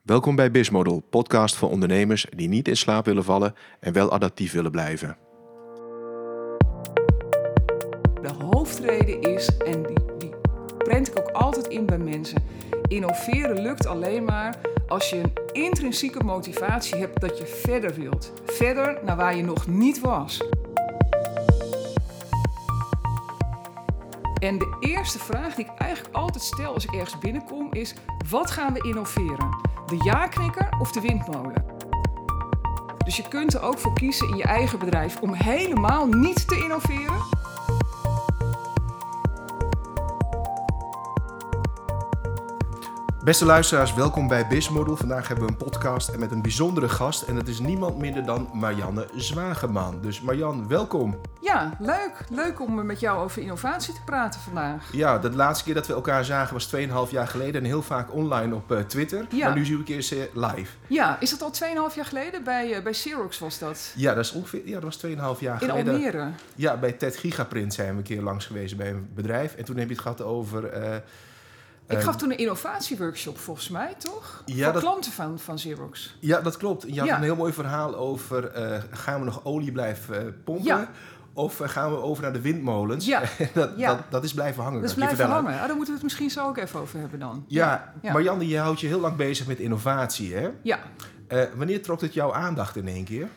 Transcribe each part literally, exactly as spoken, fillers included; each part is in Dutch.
Welkom bij Bizmodel, podcast voor ondernemers die niet in slaap willen vallen en wel adaptief willen blijven. De hoofdreden is, en die, die prent ik ook altijd in bij mensen, innoveren lukt alleen maar als je een intrinsieke motivatie hebt dat je verder wilt. Verder naar waar je nog niet was. En de eerste vraag die ik eigenlijk altijd stel als ik ergens binnenkom is: wat gaan we innoveren? De ja-knikker of de windmolen? Dus je kunt er ook voor kiezen in je eigen bedrijf om helemaal niet te innoveren. Beste luisteraars, welkom bij Bizmodel. Vandaag hebben we een podcast en met een bijzondere gast. En dat is niemand minder dan Marianne Zwageman. Dus Marianne, welkom. Ja, leuk. Leuk om met jou over innovatie te praten vandaag. Ja, de laatste keer dat we elkaar zagen was tweeënhalf jaar geleden. En heel vaak online op uh, Twitter. Ja. Maar nu zie ik eerst uh, live. Ja, is dat al tweeënhalf jaar geleden? Bij, uh, bij Xerox was dat? Ja, dat is ongeveer, ja, dat was tweeënhalf jaar in geleden. In Almere? Ja, bij Ted Gigaprint zijn we een keer langs geweest bij een bedrijf. En toen heb je het gehad over... Uh, Ik gaf toen een innovatieworkshop volgens mij, toch? Ja, Voor dat, klanten van, van Xerox. Ja, dat klopt. Je had ja. een heel mooi verhaal over... Uh, gaan we nog olie blijven uh, pompen? Ja. Of uh, gaan we over naar de windmolens? Ja. dat, ja. dat, dat is blijven hangen. Dat is blijven hangen. Ah, daar moeten we het misschien zo ook even over hebben dan. Ja, ja. ja. Marianne, je houdt je heel lang bezig met innovatie, hè? Ja. Uh, wanneer trok het jouw aandacht in één keer?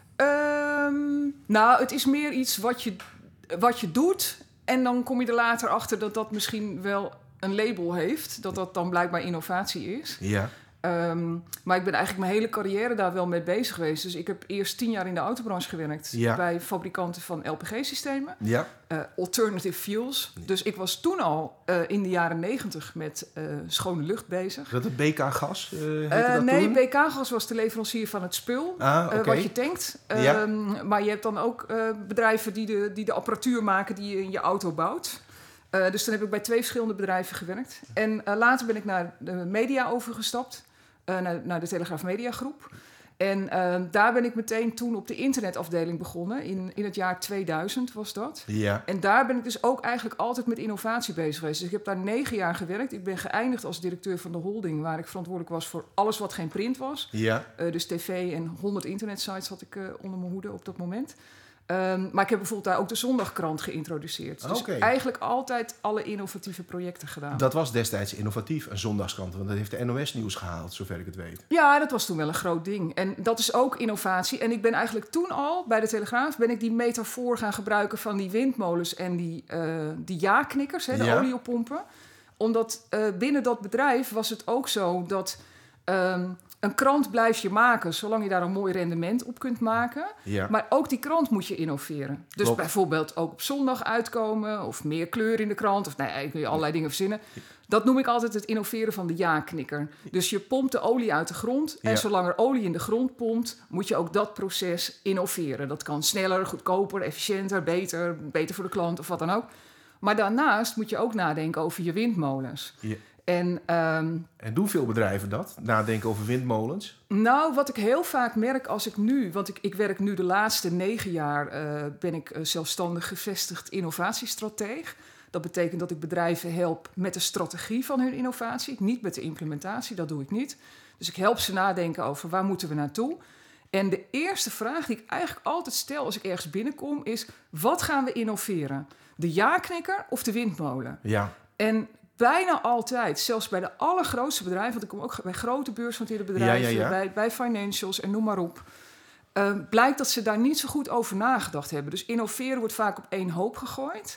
Um, nou, het is meer iets wat je, wat je doet... en dan kom je er later achter dat dat misschien wel... een label heeft, dat dat dan blijkbaar innovatie is. Ja. Um, maar ik ben eigenlijk mijn hele carrière daar wel mee bezig geweest. Dus ik heb eerst tien jaar in de autobranche gewerkt... Ja. bij fabrikanten van L P G-systemen. Ja. Uh, alternative fuels. Ja. Dus ik was toen al uh, in de jaren negentig met uh, schone lucht bezig. Dat het B K-gas? Uh, uh, nee, B K-gas was de leverancier van het spul. Ah, okay. uh, wat je tankt. Um, ja. Maar je hebt dan ook uh, bedrijven die de, die de apparatuur maken... die je in je auto bouwt. Uh, dus dan heb ik bij twee verschillende bedrijven gewerkt. En uh, later ben ik naar de media overgestapt. Uh, naar, naar de Telegraaf Media Groep. En uh, daar ben ik meteen toen op de internetafdeling begonnen. In, in het jaar tweeduizend was dat. Ja. En daar ben ik dus ook eigenlijk altijd met innovatie bezig geweest. Dus ik heb daar negen jaar gewerkt. Ik ben geëindigd als directeur van de holding... waar ik verantwoordelijk was voor alles wat geen print was. Ja. Uh, dus tv en honderd internetsites had ik uh, onder mijn hoede op dat moment... Um, maar ik heb bijvoorbeeld daar ook de Zondagkrant geïntroduceerd. Dus okay. eigenlijk altijd alle innovatieve projecten gedaan. Dat was destijds innovatief, een zondagskrant. Want dat heeft de N O S Nieuws gehaald, zover ik het weet. Ja, dat was toen wel een groot ding. En dat is ook innovatie. En ik ben eigenlijk toen al, bij de Telegraaf... ben ik die metafoor gaan gebruiken van die windmolens... en die, uh, die ja-knikkers, hè, de ja. oliepompen. Omdat uh, binnen dat bedrijf was het ook zo dat... Um, een krant blijf je maken, zolang je daar een mooi rendement op kunt maken. Ja. Maar ook die krant moet je innoveren. Dus Klopt. Bijvoorbeeld ook op zondag uitkomen... of meer kleur in de krant, of nee, kun je allerlei dingen verzinnen. Dat noem ik altijd het innoveren van de ja-knikker. Dus je pompt de olie uit de grond... en ja. zolang er olie in de grond pompt... moet je ook dat proces innoveren. Dat kan sneller, goedkoper, efficiënter, beter... beter voor de klant of wat dan ook. Maar daarnaast moet je ook nadenken over je windmolens... Ja. En, um, en doen veel bedrijven dat? Nadenken over windmolens? Nou, wat ik heel vaak merk als ik nu... want ik, ik werk nu de laatste negen jaar... Uh, ben ik uh, zelfstandig gevestigd innovatiestrateeg. Dat betekent dat ik bedrijven help met de strategie van hun innovatie. Niet met de implementatie, dat doe ik niet. Dus ik help ze nadenken over waar moeten we naartoe. En de eerste vraag die ik eigenlijk altijd stel als ik ergens binnenkom... is wat gaan we innoveren? De ja-knikker of de windmolen? Ja. En... bijna altijd, zelfs bij de allergrootste bedrijven... want ik kom ook bij grote beursgenoteerde bedrijven... Ja, ja, ja. Bij, bij financials en noem maar op... Uh, blijkt dat ze daar niet zo goed over nagedacht hebben. Dus innoveren wordt vaak op één hoop gegooid.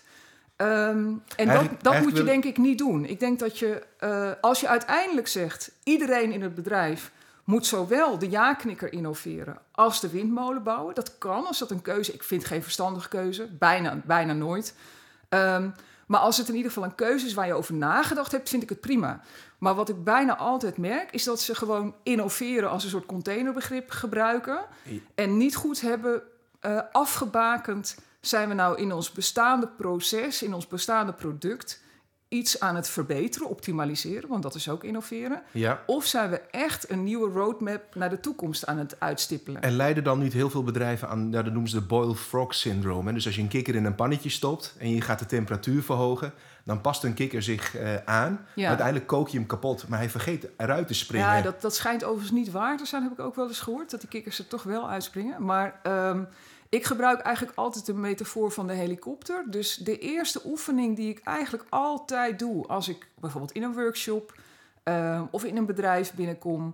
Um, en dat, dat moet je denk ik niet doen. Ik denk dat je, uh, als je uiteindelijk zegt... iedereen in het bedrijf moet zowel de ja-knikker innoveren... als de windmolen bouwen. Dat kan, als dat een keuze... ik vind geen verstandige keuze, bijna, bijna nooit... Um, Maar als het in ieder geval een keuze is waar je over nagedacht hebt, vind ik het prima. Maar wat ik bijna altijd merk, is dat ze gewoon innoveren als een soort containerbegrip gebruiken. En niet goed hebben uh, afgebakend, zijn we nou in ons bestaande proces, in ons bestaande product, iets aan het verbeteren, optimaliseren, want dat is ook innoveren. Ja. Of zijn we echt een nieuwe roadmap naar de toekomst aan het uitstippelen? En leiden dan niet heel veel bedrijven aan, ja, dat noemen ze de boil frog syndroom. Hè? Dus als je een kikker in een pannetje stopt en je gaat de temperatuur verhogen, dan past een kikker zich uh, aan. Ja. Uiteindelijk kook je hem kapot, maar hij vergeet eruit te springen. Ja, dat, dat schijnt overigens niet waar te zijn, heb ik ook wel eens gehoord, dat die kikkers er toch wel uitspringen. Maar um, ik gebruik eigenlijk altijd de metafoor van de helikopter. Dus de eerste oefening die ik eigenlijk altijd doe, als ik bijvoorbeeld in een workshop uh, of in een bedrijf binnenkom.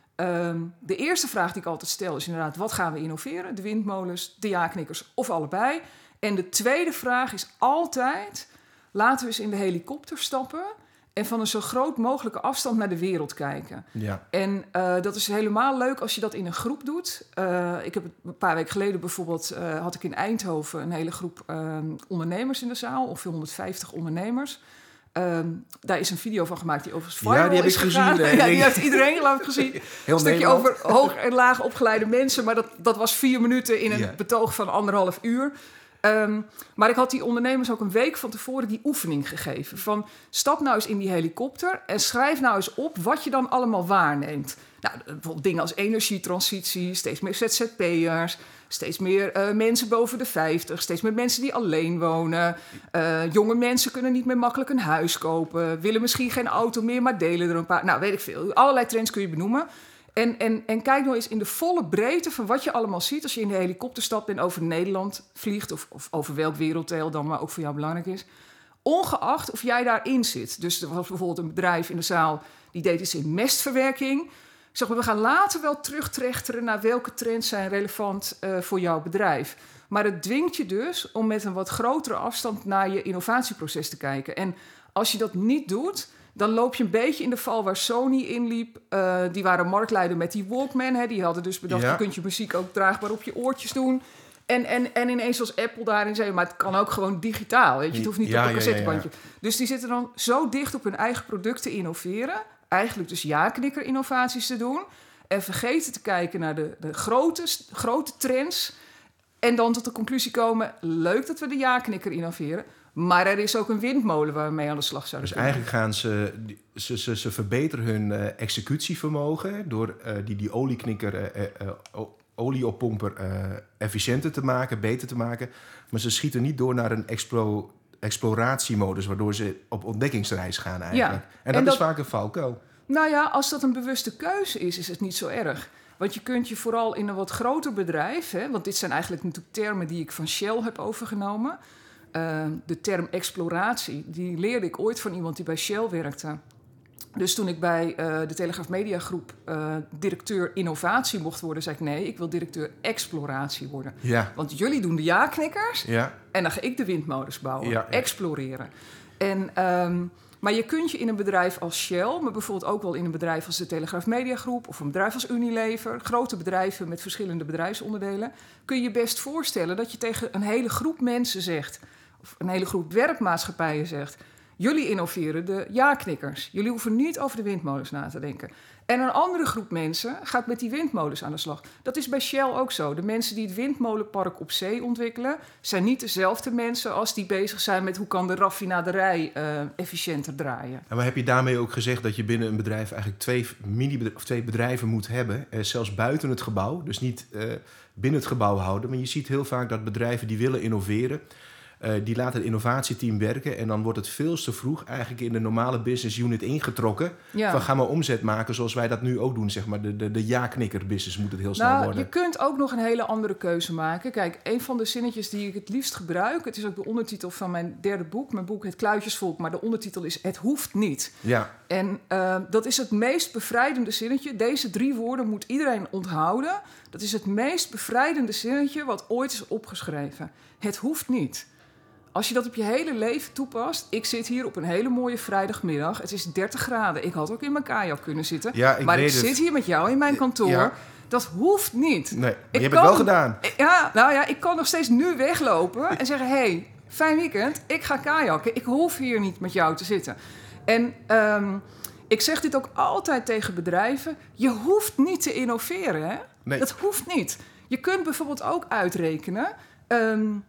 Um, de eerste vraag die ik altijd stel is inderdaad, wat gaan we innoveren? De windmolens, de ja-knikkers of allebei? En de tweede vraag is altijd, laten we eens in de helikopter stappen en van een zo groot mogelijke afstand naar de wereld kijken. Ja. En uh, dat is helemaal leuk als je dat in een groep doet. Uh, ik heb het een paar weken geleden bijvoorbeeld, uh, had ik in Eindhoven een hele groep uh, ondernemers in de zaal, ongeveer honderdvijftig ondernemers. Um, daar is een video van gemaakt die overigens viral ja, die heb is ik gegaan. gezien. Ja, die heeft iedereen geloof ik gezien. Heel een stukje over hoog en laag opgeleide mensen, maar dat, dat was vier minuten in een ja. betoog van anderhalf uur. Um, maar ik had die ondernemers ook een week van tevoren die oefening gegeven. Van stap nou eens in die helikopter en schrijf nou eens op wat je dan allemaal waarneemt. Nou, bijvoorbeeld dingen als energietransitie, steeds meer Z Z P'ers, steeds meer uh, mensen boven de vijftig, steeds meer mensen die alleen wonen. Uh, jonge mensen kunnen niet meer makkelijk een huis kopen, willen misschien geen auto meer, maar delen er een paar. Nou, weet ik veel. Allerlei trends kun je benoemen. En, en, en kijk nou eens in de volle breedte van wat je allemaal ziet als je in de helikopter stapt en over Nederland vliegt, of, of over welk werelddeel dan maar ook voor jou belangrijk is. Ongeacht of jij daarin zit. Dus er was bijvoorbeeld een bedrijf in de zaal die deed iets in mestverwerking. Ik zeg maar, we gaan later wel terugtrechteren naar welke trends zijn relevant uh, voor jouw bedrijf. Maar het dwingt je dus om met een wat grotere afstand naar je innovatieproces te kijken. En als je dat niet doet, dan loop je een beetje in de val waar Sony inliep. Uh, die waren marktleider met die Walkman. Hè. Die hadden dus bedacht, ja. je kunt je muziek ook draagbaar op je oortjes doen. En, en, en ineens was Apple daarin zei, maar het kan ook gewoon digitaal. Weet je? Het hoeft niet ja, op een cassettebandje. Ja, ja, ja. Dus die zitten dan zo dicht op hun eigen product te innoveren. Eigenlijk dus ja-knikker innovaties te doen. En vergeten te kijken naar de, de grote, grote trends. En dan tot de conclusie komen, leuk dat we de ja-knikker innoveren. Maar er is ook een windmolen waar we mee aan de slag zouden Dus eigenlijk gaan ze, ze, ze, ze verbeteren hun uh, executievermogen door uh, die, die olieknikker, uh, uh, olieoppomper uh, efficiënter te maken, beter te maken. Maar ze schieten niet door naar een explo, exploratiemodus, waardoor ze op ontdekkingsreis gaan eigenlijk. Ja, en dat, en dat is vaak een valkuil. Nou ja, als dat een bewuste keuze is, is het niet zo erg. Want je kunt je vooral in een wat groter bedrijf, hè, want dit zijn eigenlijk natuurlijk termen die ik van Shell heb overgenomen. Uh, de term exploratie, die leerde ik ooit van iemand die bij Shell werkte. Dus toen ik bij uh, de Telegraaf Media Groep uh, directeur innovatie mocht worden, zei ik nee, ik wil directeur exploratie worden. Ja. Want jullie doen de ja-knikkers ja. en dan ga ik de windmolens bouwen, ja, ja. exploreren. En, um, maar je kunt je in een bedrijf als Shell, maar bijvoorbeeld ook wel in een bedrijf als de Telegraaf Media Groep of een bedrijf als Unilever, grote bedrijven met verschillende bedrijfsonderdelen, kun je je best voorstellen dat je tegen een hele groep mensen zegt, of een hele groep werkmaatschappijen zegt, jullie innoveren de ja-knikkers. Jullie hoeven niet over de windmolens na te denken. En een andere groep mensen gaat met die windmolens aan de slag. Dat is bij Shell ook zo. De mensen die het windmolenpark op zee ontwikkelen, zijn niet dezelfde mensen als die bezig zijn met hoe kan de raffinaderij uh, efficiënter draaien. En maar heb je daarmee ook gezegd dat je binnen een bedrijf eigenlijk twee, mini of twee bedrijven moet hebben, eh, zelfs buiten het gebouw, dus niet uh, binnen het gebouw houden. Maar je ziet heel vaak dat bedrijven die willen innoveren, Uh, die laten het innovatieteam werken en dan wordt het veel te vroeg eigenlijk in de normale business unit ingetrokken. Ja. Van ga maar omzet maken zoals wij dat nu ook doen, zeg maar. De, de, de ja-knikker business moet het heel snel nou, worden. Je kunt ook nog een hele andere keuze maken. Kijk, een van de zinnetjes die ik het liefst gebruik, het is ook de ondertitel van mijn derde boek, mijn boek Het Kluitjesvolk, maar de ondertitel is Het hoeft niet. Ja. En uh, dat is het meest bevrijdende zinnetje. Deze drie woorden moet iedereen onthouden. Dat is het meest bevrijdende zinnetje wat ooit is opgeschreven. Het hoeft niet. Als je dat op je hele leven toepast. Ik zit hier op een hele mooie vrijdagmiddag. Het is dertig graden. Ik had ook in mijn kajak kunnen zitten. Ja, ik maar weet ik het. zit hier met jou in mijn kantoor. Ja. Dat hoeft niet. Nee, maar ik je hebt kan, het wel gedaan. Ja, nou ja, ik kan nog steeds nu weglopen en zeggen, hey, fijn weekend. Ik ga kajakken. Ik hoef hier niet met jou te zitten. En um, ik zeg dit ook altijd tegen bedrijven. Je hoeft niet te innoveren. Hè? Nee. Dat hoeft niet. Je kunt bijvoorbeeld ook uitrekenen. Um,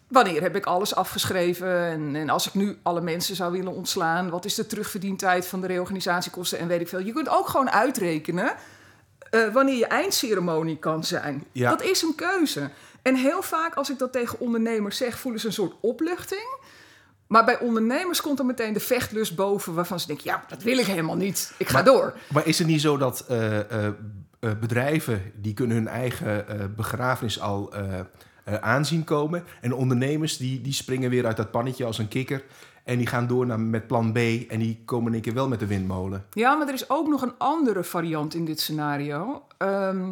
wanneer heb ik alles afgeschreven? En, en als ik nu alle mensen zou willen ontslaan, wat is de terugverdientijd van de reorganisatiekosten en weet ik veel. Je kunt ook gewoon uitrekenen uh, wanneer je eindceremonie kan zijn. Ja. Dat is een keuze. En heel vaak als ik dat tegen ondernemers zeg, voelen ze een soort opluchting. Maar bij ondernemers komt dan meteen de vechtlust boven, waarvan ze denken, ja, dat wil ik helemaal niet. Ik ga maar, door. Maar is het niet zo dat uh, uh, uh, bedrijven, die kunnen hun eigen uh, begrafenis al uh, uh, aanzien komen. En ondernemers, die, die springen weer uit dat pannetje als een kikker. En die gaan door naar, met plan B en die komen in één keer wel met de windmolen. Ja, maar er is ook nog een andere variant in dit scenario. Um,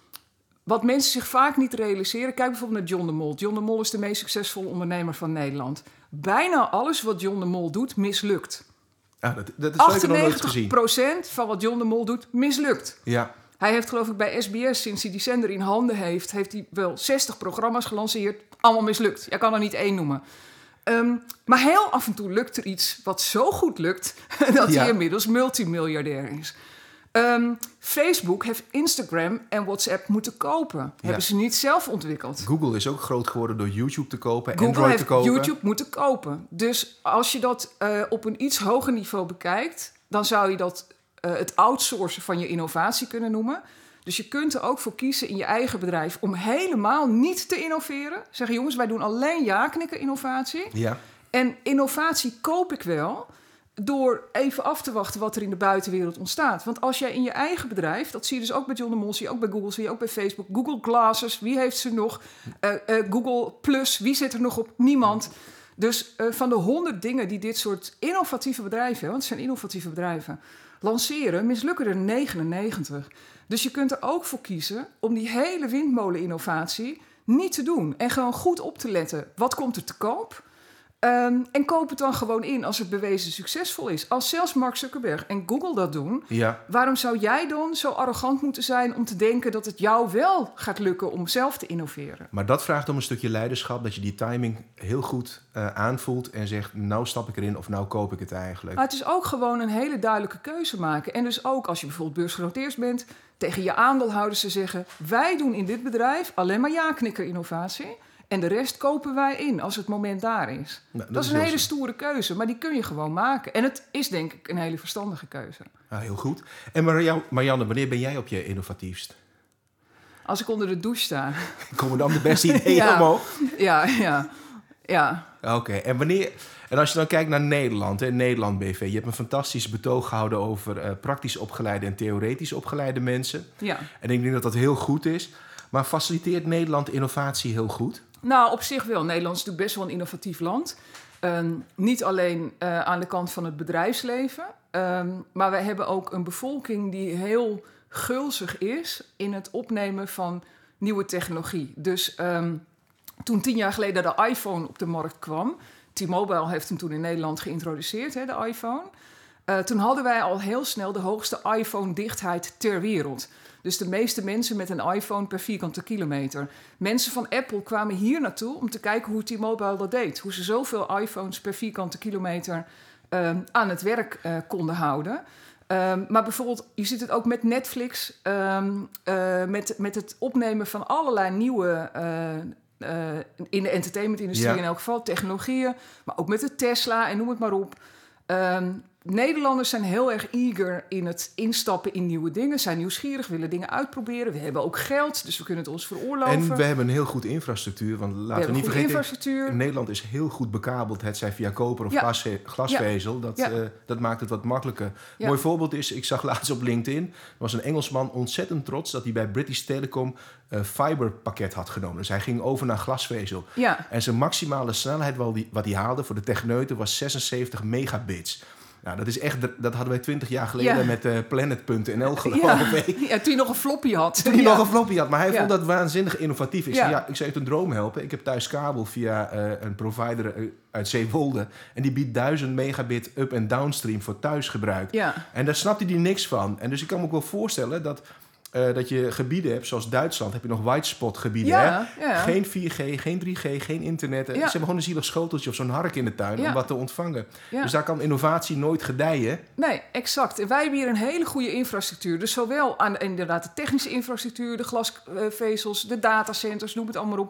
wat mensen zich vaak niet realiseren. Kijk bijvoorbeeld naar John de Mol. John de Mol is de meest succesvolle ondernemer van Nederland. Bijna alles wat John de Mol doet, mislukt. Ah, dat, dat is achtennegentig procent van wat John de Mol doet, mislukt. Ja. Hij heeft geloof ik bij S B S, sinds hij die zender in handen heeft, heeft hij wel zestig programma's gelanceerd. Allemaal mislukt. Jij kan er niet één noemen. Um, maar heel af en toe lukt er iets wat zo goed lukt, dat ja. hij inmiddels multimiljardair is. Um, Facebook heeft Instagram en WhatsApp moeten kopen. Ja. Hebben ze niet zelf ontwikkeld. Google is ook groot geworden door YouTube te kopen, Google Android heeft te kopen. YouTube moeten kopen. Dus als je dat uh, op een iets hoger niveau bekijkt, dan zou je dat uh, het outsourcen van je innovatie kunnen noemen. Dus je kunt er ook voor kiezen in je eigen bedrijf om helemaal niet te innoveren. Zeggen jongens, wij doen alleen ja-knikken innovatie. Ja. En innovatie koop ik wel door even af te wachten wat er in de buitenwereld ontstaat. Want als jij in je eigen bedrijf, dat zie je dus ook bij John de Mol, zie je ook bij Google, zie je ook bij Facebook. Google Glasses, wie heeft ze nog? Uh, uh, Google Plus, wie zit er nog op? Niemand. Dus uh, van de honderd dingen die dit soort innovatieve bedrijven, want het zijn innovatieve bedrijven, lanceren, mislukken er negenennegentig. Dus je kunt er ook voor kiezen om die hele windmolen-innovatie niet te doen. En gewoon goed op te letten, wat komt er te koop? Um, en koop het dan gewoon in als het bewezen succesvol is. Als zelfs Mark Zuckerberg en Google dat doen, ja. waarom zou jij dan zo arrogant moeten zijn om te denken dat het jou wel gaat lukken om zelf te innoveren? Maar dat vraagt om een stukje leiderschap, dat je die timing heel goed uh, aanvoelt en zegt, nou stap ik erin of nou koop ik het eigenlijk. Maar het is ook gewoon een hele duidelijke keuze maken. En dus ook als je bijvoorbeeld beursgenoteerd bent, tegen je aandeelhouders te zeggen, wij doen in dit bedrijf alleen maar ja-knikker innovatie. En de rest kopen wij in als het moment daar is. Nou, dat, dat is een hele stoere keuze, maar die kun je gewoon maken. En het is denk ik een hele verstandige keuze. Ja, heel goed. En Mar- Marianne, wanneer ben jij op je innovatiefst? Als ik onder de douche sta. Komen dan de beste ideeën ja, omhoog? Ja, ja, ja. Oké, okay. en wanneer... En als je dan kijkt naar Nederland, hè, Nederland B V. Je hebt een fantastisch betoog gehouden over uh, praktisch opgeleide en theoretisch opgeleide mensen. Ja. En ik denk dat dat heel goed is. Maar faciliteert Nederland innovatie heel goed? Nou, op zich wel. Nederland is natuurlijk best wel een innovatief land. Um, niet alleen uh, aan de kant van het bedrijfsleven. Um, maar wij hebben ook een bevolking die heel gulzig is in het opnemen van nieuwe technologie. Dus um, toen tien jaar geleden de iPhone op de markt kwam, T-Mobile heeft hem toen in Nederland geïntroduceerd, hè, de iPhone. Uh, toen hadden wij al heel snel de hoogste iPhone-dichtheid ter wereld. Dus de meeste mensen met een iPhone per vierkante kilometer. Mensen van Apple kwamen hier naartoe om te kijken hoe T-Mobile dat deed. Hoe ze zoveel iPhones per vierkante kilometer uh, aan het werk uh, konden houden. Um, maar bijvoorbeeld, je ziet het ook met Netflix, um, uh, met, met het opnemen van allerlei nieuwe, uh, uh, in de entertainmentindustrie ja. in elk geval, technologieën, maar ook met de Tesla en noem het maar op. Um, Nederlanders zijn heel erg eager in het instappen in nieuwe dingen, zijn nieuwsgierig, willen dingen uitproberen. We hebben ook geld, dus we kunnen het ons veroorloven. En we hebben een heel goed infrastructuur, want laten we, we niet vergeten, infrastructuur. Nederland is heel goed bekabeld, hetzij via koper of ja. glasve- glasvezel. Ja. Dat, ja. Uh, dat maakt het wat makkelijker. Ja. Mooi voorbeeld is, ik zag laatst op LinkedIn, er was een Engelsman ontzettend trots dat hij bij British Telecom een fiberpakket had genomen. Dus hij ging over naar glasvezel. Ja. En zijn maximale snelheid wat hij, wat hij haalde voor de techneuten was zesenzeventig megabits. Nou, dat is echt, dat hadden wij twintig jaar geleden ja. met uh, planet punt n l geloof ja. ik. Ja, toen je nog een floppy had. Toen je ja. nog een floppy had. Maar hij ja. vond dat waanzinnig innovatief. Ik ja. zei, ja, ik zou je een droom helpen. Ik heb thuis kabel via uh, een provider uh, uit Zeewolde. En die biedt duizend megabit up- en downstream voor thuisgebruik. Ja. En daar snapte hij niks van. En dus ik kan me ook wel voorstellen dat... Uh, dat je gebieden hebt, zoals Duitsland, heb je nog white spot gebieden. Ja, hè? Ja. Geen vier G, geen drie G, geen internet. Ja. Ze hebben gewoon een zielig schoteltje of zo'n hark in de tuin ja. om wat te ontvangen. Ja. Dus daar kan innovatie nooit gedijen. Nee, exact. En wij hebben hier een hele goede infrastructuur. Dus zowel aan inderdaad de technische infrastructuur, de glasvezels, de datacenters, noem het allemaal op.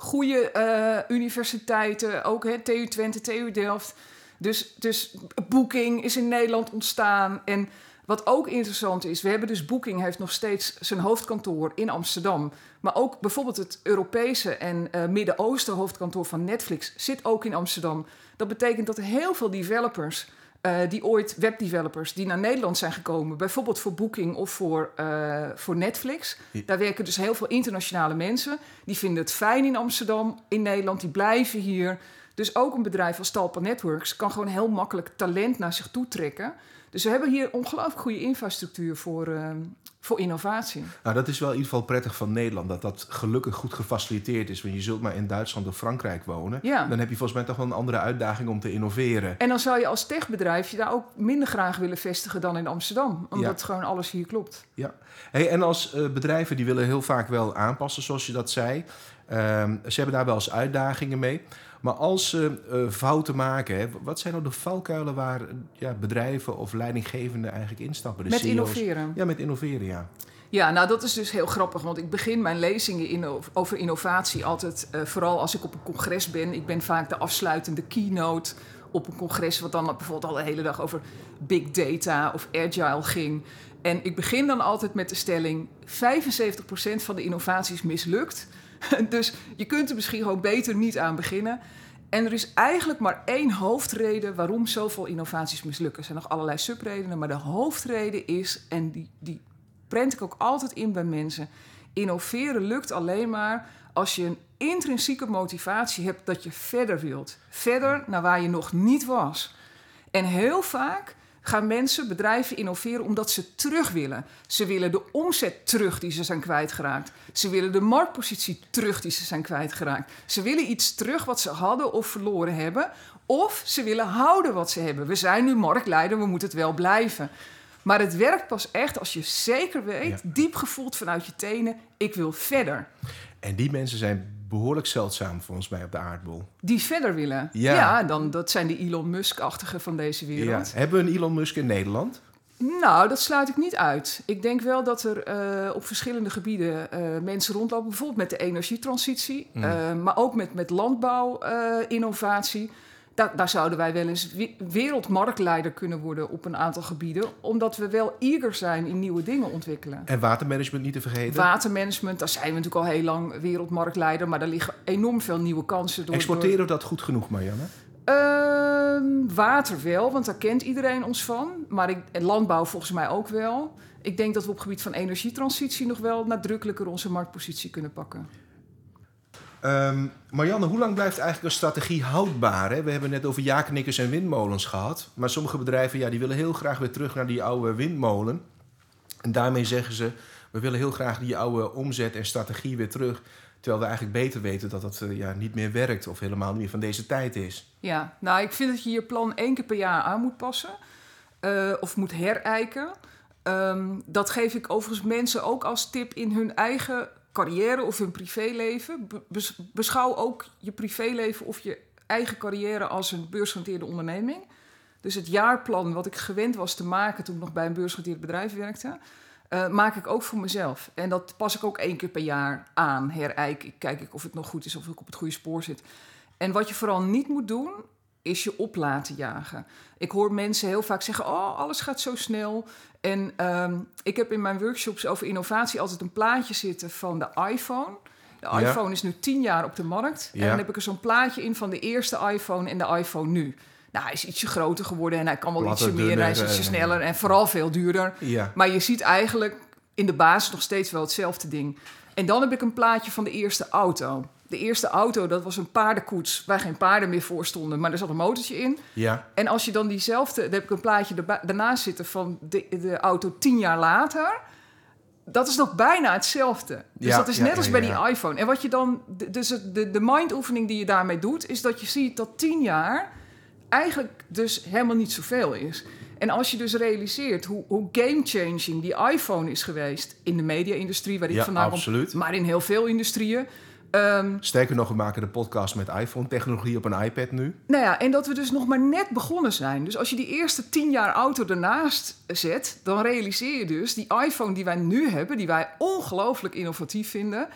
goede uh, universiteiten, ook hè, T U Twente, T U Delft. Dus, dus Booking is in Nederland ontstaan. En wat ook interessant is, we hebben dus Booking heeft nog steeds zijn hoofdkantoor in Amsterdam. Maar ook bijvoorbeeld het Europese en uh, Midden-Oosten hoofdkantoor van Netflix zit ook in Amsterdam. Dat betekent dat er heel veel developers, uh, die ooit webdevelopers, die naar Nederland zijn gekomen, bijvoorbeeld voor Booking of voor, uh, voor Netflix. Ja. Daar werken dus heel veel internationale mensen. Die vinden het fijn in Amsterdam, in Nederland, die blijven hier. Dus ook een bedrijf als Talpa Networks kan gewoon heel makkelijk talent naar zich toe trekken. Dus we hebben hier ongelooflijk goede infrastructuur voor, uh, voor innovatie. Nou, dat is wel in ieder geval prettig van Nederland, dat dat gelukkig goed gefaciliteerd is. Want je zult maar in Duitsland of Frankrijk wonen. Ja. Dan heb je volgens mij toch wel een andere uitdaging om te innoveren. En dan zou je als techbedrijf je daar ook minder graag willen vestigen dan in Amsterdam. Omdat ja. gewoon alles hier klopt. Ja. Hey, en als uh, bedrijven die willen heel vaak wel aanpassen, zoals je dat zei. Uh, ze hebben daar wel eens uitdagingen mee. Maar als ze uh, fouten maken, hè, wat zijn nou de valkuilen waar ja, bedrijven of leidinggevenden eigenlijk instappen? De met C E O's. Innoveren. Ja, met innoveren, ja. Ja, nou dat is dus heel grappig, want ik begin mijn lezingen inno- over innovatie altijd, uh, vooral als ik op een congres ben. Ik ben vaak de afsluitende keynote op een congres, wat dan bijvoorbeeld al de hele dag over big data of agile ging. En ik begin dan altijd met de stelling, vijfenzeventig procent van de innovatie is mislukt. Dus je kunt er misschien gewoon beter niet aan beginnen. En er is eigenlijk maar één hoofdreden waarom zoveel innovaties mislukken. Er zijn nog allerlei subredenen, maar de hoofdreden is, en die, die prent ik ook altijd in bij mensen, innoveren lukt alleen maar als je een intrinsieke motivatie hebt dat je verder wilt. Verder naar waar je nog niet was. En heel vaak gaan mensen, bedrijven innoveren omdat ze terug willen. Ze willen de omzet terug die ze zijn kwijtgeraakt. Ze willen de marktpositie terug die ze zijn kwijtgeraakt. Ze willen iets terug wat ze hadden of verloren hebben. Of ze willen houden wat ze hebben. We zijn nu marktleider, we moeten het wel blijven. Maar het werkt pas echt als je zeker weet, ja. diep gevoeld vanuit je tenen, ik wil verder. En die mensen zijn behoorlijk zeldzaam volgens mij op de aardbol. Die verder willen. Ja, ja dan, dat zijn de Elon Musk-achtigen van deze wereld. Ja. Hebben we een Elon Musk in Nederland? Nou, dat sluit ik niet uit. Ik denk wel dat er uh, op verschillende gebieden uh, mensen rondlopen. Bijvoorbeeld met de energietransitie, mm. uh, maar ook met, met landbouwinnovatie. Uh, Da- daar zouden wij wel eens wereldmarktleider kunnen worden op een aantal gebieden. Omdat we wel eager zijn in nieuwe dingen ontwikkelen. En watermanagement niet te vergeten? Watermanagement, daar zijn we natuurlijk al heel lang wereldmarktleider. Maar daar liggen enorm veel nieuwe kansen. Door, Exporteren door... we dat goed genoeg, Marianne? Uh, water wel, want daar kent iedereen ons van. Maar ik, en landbouw volgens mij ook wel. Ik denk dat we op het gebied van energietransitie nog wel nadrukkelijker onze marktpositie kunnen pakken. Um, Marianne, hoe lang blijft eigenlijk een strategie houdbaar? Hè? We hebben net over ja-knikkers en windmolens gehad. Maar sommige bedrijven ja, die willen heel graag weer terug naar die oude windmolen. En daarmee zeggen ze, we willen heel graag die oude omzet en strategie weer terug. Terwijl we eigenlijk beter weten dat dat uh, ja, niet meer werkt of helemaal niet meer van deze tijd is. Ja, nou ik vind dat je je plan één keer per jaar aan moet passen. Uh, of moet herijken. Um, dat geef ik overigens mensen ook als tip in hun eigen carrière of hun privéleven. Be- beschouw ook je privéleven of je eigen carrière als een beursgenoteerde onderneming. Dus het jaarplan wat ik gewend was te maken toen ik nog bij een beursgenoteerd bedrijf werkte, uh, maak ik ook voor mezelf. En dat pas ik ook één keer per jaar aan, herijk ik, kijk ik of het nog goed is, of ik op het goede spoor zit. En wat je vooral niet moet doen, is je op laten jagen. Ik hoor mensen heel vaak zeggen, oh, alles gaat zo snel. En um, ik heb in mijn workshops over innovatie altijd een plaatje zitten van de iPhone. De ja. iPhone is nu tien jaar op de markt. Ja. En dan heb ik er zo'n plaatje in van de eerste iPhone en de iPhone nu. Nou, hij is ietsje groter geworden en hij kan wel Platter, ietsje meer, hij is ietsje sneller en vooral veel duurder. Ja. Maar je ziet eigenlijk in de basis nog steeds wel hetzelfde ding. En dan heb ik een plaatje van de eerste auto. De eerste auto, dat was een paardenkoets waar geen paarden meer voor stonden, maar er zat een motortje in. Ja. En als je dan diezelfde, dan heb ik een plaatje erba- daarnaast zitten van de, de auto tien jaar later. Dat is nog bijna hetzelfde. Dus ja, dat is ja, net als ja, bij ja. die iPhone. En wat je dan, dus de, de mindoefening die je daarmee doet, is dat je ziet dat tien jaar eigenlijk dus helemaal niet zoveel is. En als je dus realiseert hoe, hoe game-changing die iPhone is geweest in de media-industrie, waar ik ja, vandaan absoluut. kom, maar in heel veel industrieën. Um, Sterker nog, we maken de podcast met iPhone-technologie op een iPad nu. Nou ja, en dat we dus nog maar net begonnen zijn. Dus als je die eerste tien jaar auto ernaast zet, dan realiseer je dus die iPhone die wij nu hebben, die wij ongelooflijk innovatief vinden,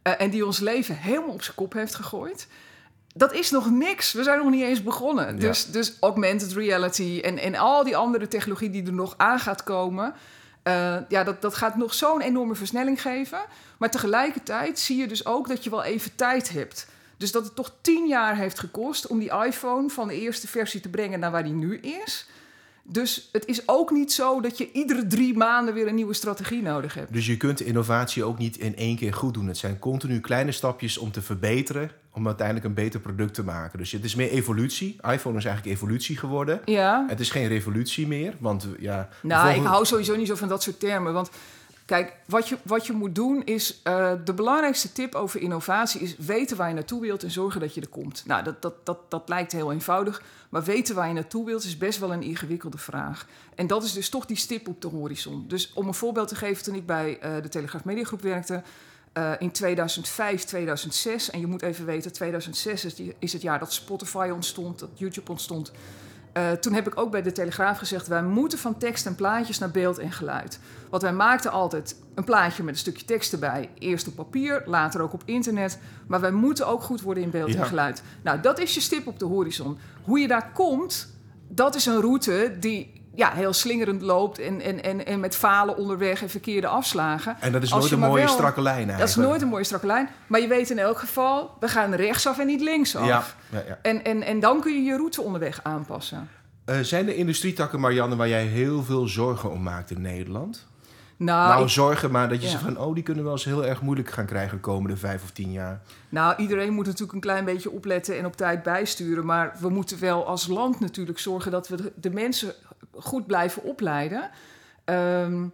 Uh, en die ons leven helemaal op zijn kop heeft gegooid. Dat is nog niks. We zijn nog niet eens begonnen. Ja. Dus, dus augmented reality en, en al die andere technologie die er nog aan gaat komen... Uh, ja, dat, dat gaat nog zo'n enorme versnelling geven. Maar tegelijkertijd zie je dus ook dat je wel even tijd hebt. Dus dat het toch tien jaar heeft gekost om die iPhone van de eerste versie te brengen naar waar die nu is. Dus het is ook niet zo dat je iedere drie maanden weer een nieuwe strategie nodig hebt. Dus je kunt de innovatie ook niet in één keer goed doen. Het zijn continu kleine stapjes om te verbeteren, om uiteindelijk een beter product te maken. Dus het is meer evolutie. iPhone is eigenlijk evolutie geworden. Ja. Het is geen revolutie meer. Want, ja, nou, volgende... ik hou sowieso niet zo van dat soort termen. Want kijk, wat je, wat je moet doen is... Uh, de belangrijkste tip over innovatie is weten waar je naartoe wilt en zorgen dat je er komt. Nou, dat, dat, dat, dat lijkt heel eenvoudig. Maar weten waar je naartoe wilt is best wel een ingewikkelde vraag. En dat is dus toch die stip op de horizon. Dus om een voorbeeld te geven, toen ik bij uh, de Telegraaf Mediagroep werkte... Uh, in tweeduizend vijf, tweeduizend zes... en je moet even weten, tweeduizend zes is, die, is het jaar dat Spotify ontstond, dat YouTube ontstond... Uh, toen heb ik ook bij de Telegraaf gezegd... wij moeten van tekst en plaatjes naar beeld en geluid. Want wij maakten altijd een plaatje met een stukje tekst erbij. Eerst op papier, later ook op internet. Maar wij moeten ook goed worden in beeld ja. en geluid. Nou, dat is je stip op de horizon. Hoe je daar komt, dat is een route die... ja, heel slingerend loopt en, en, en, en met falen onderweg en verkeerde afslagen. En dat is nooit een mooie wel, strakke lijn eigenlijk. Dat is nooit een mooie strakke lijn. Maar je weet in elk geval, we gaan rechtsaf en niet linksaf. Ja, ja, ja. En, en, en dan kun je je route onderweg aanpassen. Uh, zijn er industrietakken, Marianne, waar jij heel veel zorgen om maakt in Nederland? Nou, nou ik, zorgen, maar dat je ja. zegt van... oh, die kunnen wel eens heel erg moeilijk gaan krijgen de komende vijf of tien jaar. Nou, iedereen moet natuurlijk een klein beetje opletten en op tijd bijsturen. Maar we moeten wel als land natuurlijk zorgen dat we de, de mensen goed blijven opleiden. Um,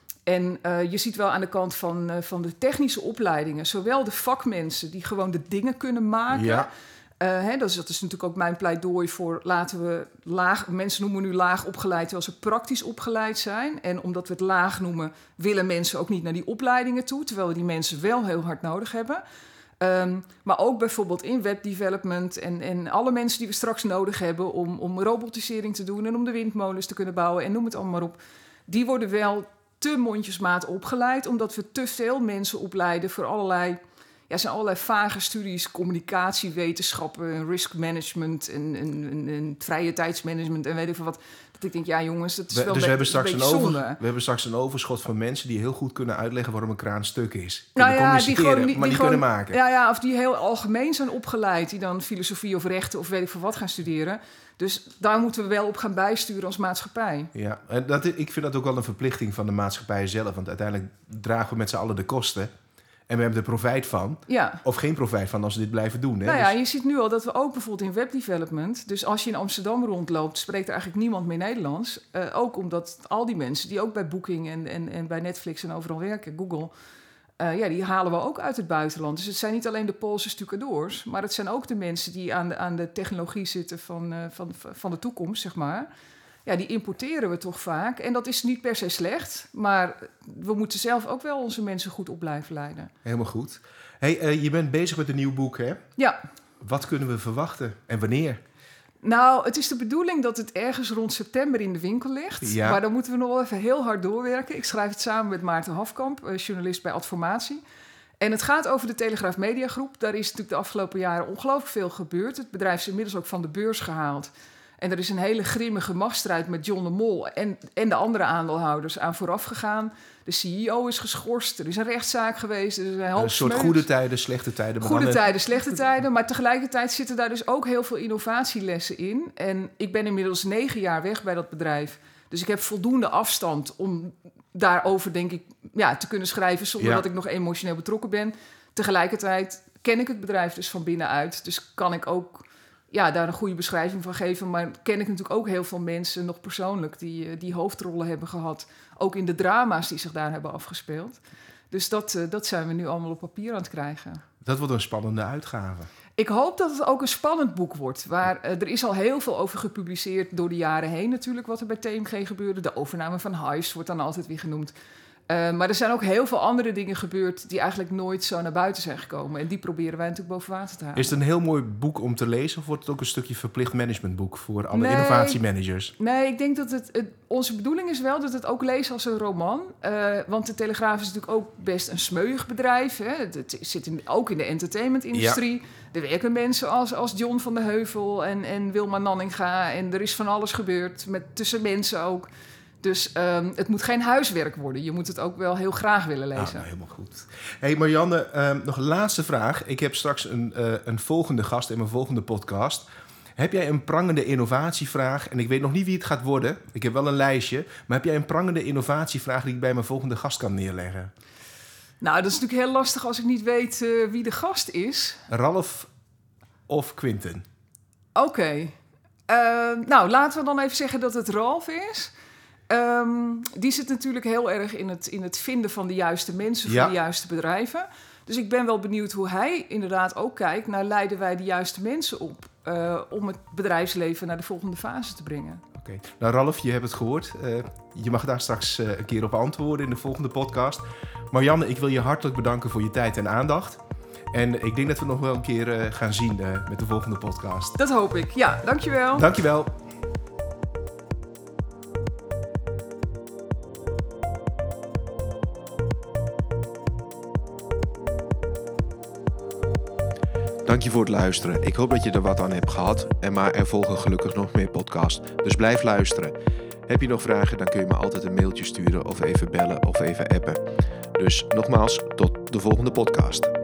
en uh, je ziet wel aan de kant van, uh, van de technische opleidingen... zowel de vakmensen die gewoon de dingen kunnen maken... Ja. Uh, hè, dat, is, dat is natuurlijk ook mijn pleidooi voor... laten we laag... mensen noemen nu laag opgeleid... terwijl ze praktisch opgeleid zijn. En omdat we het laag noemen... willen mensen ook niet naar die opleidingen toe... terwijl we die mensen wel heel hard nodig hebben. Um, maar ook bijvoorbeeld in webdevelopment... En, en alle mensen die we straks nodig hebben... Om, om robotisering te doen... en om de windmolens te kunnen bouwen... en noem het allemaal maar op... die worden wel te mondjesmaat opgeleid... omdat we te veel mensen opleiden voor allerlei... Ja, er zijn allerlei vage studies, communicatiewetenschappen, risk management en, en, en, en vrije tijdsmanagement en weet ik veel wat. Dat ik denk, ja jongens, dat is we, wel dus be- we hebben straks een een over, zonde. We hebben straks een overschot van mensen die heel goed kunnen uitleggen waarom een kraan stuk is. Nou Kunnen ja, die gewoon, die, maar die die gewoon, kunnen maken. Ja, ja, of die heel algemeen zijn opgeleid, die dan filosofie of rechten of weet ik veel wat gaan studeren. Dus daar moeten we wel op gaan bijsturen als maatschappij. Ja, en dat, ik vind dat ook wel een verplichting van de maatschappij zelf. Want uiteindelijk dragen we met z'n allen de kosten. En we hebben er profijt van. Ja. Of geen profijt van als we dit blijven doen. Hè? Nou ja, dus... je ziet nu al dat we ook bijvoorbeeld in webdevelopment... dus als je in Amsterdam rondloopt... spreekt er eigenlijk niemand meer Nederlands. Uh, ook omdat al die mensen die ook bij Booking en, en, en bij Netflix en overal werken... Google, uh, ja, die halen we ook uit het buitenland. Dus het zijn niet alleen de Poolse stucadoors... maar het zijn ook de mensen die aan de, aan de technologie zitten van, uh, van, van de toekomst, zeg maar... Ja, die importeren we toch vaak. En dat is niet per se slecht. Maar we moeten zelf ook wel onze mensen goed op blijven leiden. Helemaal goed. Hey, uh, je bent bezig met een nieuw boek, hè? Ja. Wat kunnen we verwachten en wanneer? Nou, het is de bedoeling dat het ergens rond september in de winkel ligt. Ja. Maar dan moeten we nog wel even heel hard doorwerken. Ik schrijf het samen met Maarten Hafkamp, journalist bij Adformatie. En het gaat over de Telegraaf Mediagroep. Daar is natuurlijk de afgelopen jaren ongelooflijk veel gebeurd. Het bedrijf is inmiddels ook van de beurs gehaald. En er is een hele grimmige machtsstrijd met John de Mol en, en de andere aandeelhouders aan vooraf gegaan. De C E O is geschorst, er is een rechtszaak geweest. Er is een, een soort goede tijden, slechte tijden. Goede mannen... tijden, slechte tijden. Maar tegelijkertijd zitten daar dus ook heel veel innovatielessen in. En ik ben inmiddels negen jaar weg bij dat bedrijf. Dus ik heb voldoende afstand om daarover, denk ik, ja, te kunnen schrijven... zonder ja. dat ik nog emotioneel betrokken ben. Tegelijkertijd ken ik het bedrijf dus van binnenuit. Dus kan ik ook... ja, daar een goede beschrijving van geven. Maar ken ik natuurlijk ook heel veel mensen, nog persoonlijk... die, die hoofdrollen hebben gehad. Ook in de drama's die zich daar hebben afgespeeld. Dus dat, uh, dat zijn we nu allemaal op papier aan het krijgen. Dat wordt een spannende uitgave. Ik hoop dat het ook een spannend boek wordt. Waar, uh, er is al heel veel over gepubliceerd door de jaren heen natuurlijk... wat er bij T M G gebeurde. De overname van Heist wordt dan altijd weer genoemd. Uh, maar er zijn ook heel veel andere dingen gebeurd die eigenlijk nooit zo naar buiten zijn gekomen. En die proberen wij natuurlijk boven water te houden. Is het een heel mooi boek om te lezen of wordt het ook een stukje verplicht managementboek voor alle nee, innovatiemanagers? Nee, ik denk dat het, het... Onze bedoeling is wel dat het ook leest als een roman. Uh, want de Telegraaf is natuurlijk ook best een smeuig bedrijf. Hè? Het zit in, ook in de entertainmentindustrie. Ja. Er werken mensen als, als John van de Heuvel en, en Wilma Nanninga. En er is van alles gebeurd, met, tussen mensen ook. Dus um, het moet geen huiswerk worden. Je moet het ook wel heel graag willen lezen. Ah, nou, helemaal goed. Hey Marianne, um, nog een laatste vraag. Ik heb straks een, uh, een volgende gast in mijn volgende podcast. Heb jij een prangende innovatievraag? En ik weet nog niet wie het gaat worden. Ik heb wel een lijstje. Maar heb jij een prangende innovatievraag die ik bij mijn volgende gast kan neerleggen? Nou, dat is natuurlijk heel lastig als ik niet weet uh, wie de gast is. Ralf of Quinten? Oké. Okay. Uh, nou, laten we dan even zeggen dat het Ralf is. Um, die zit natuurlijk heel erg in het, in het vinden van de juiste mensen voor ja. de juiste bedrijven. Dus ik ben wel benieuwd hoe hij inderdaad ook kijkt naar leiden wij de juiste mensen op uh, om het bedrijfsleven naar de volgende fase te brengen. Oké, okay. Nou Ralf, je hebt het gehoord. Uh, je mag daar straks uh, een keer op antwoorden in de volgende podcast. Marianne, ik wil je hartelijk bedanken voor je tijd en aandacht. En ik denk dat we nog wel een keer uh, gaan zien uh, met de volgende podcast. Dat hoop ik. Ja, dankjewel. Dankjewel. Dank je voor het luisteren. Ik hoop dat je er wat aan hebt gehad. En maar er volgen gelukkig nog meer podcasts. Dus blijf luisteren. Heb je nog vragen, dan kun je me altijd een mailtje sturen of even bellen of even appen. Dus nogmaals, tot de volgende podcast.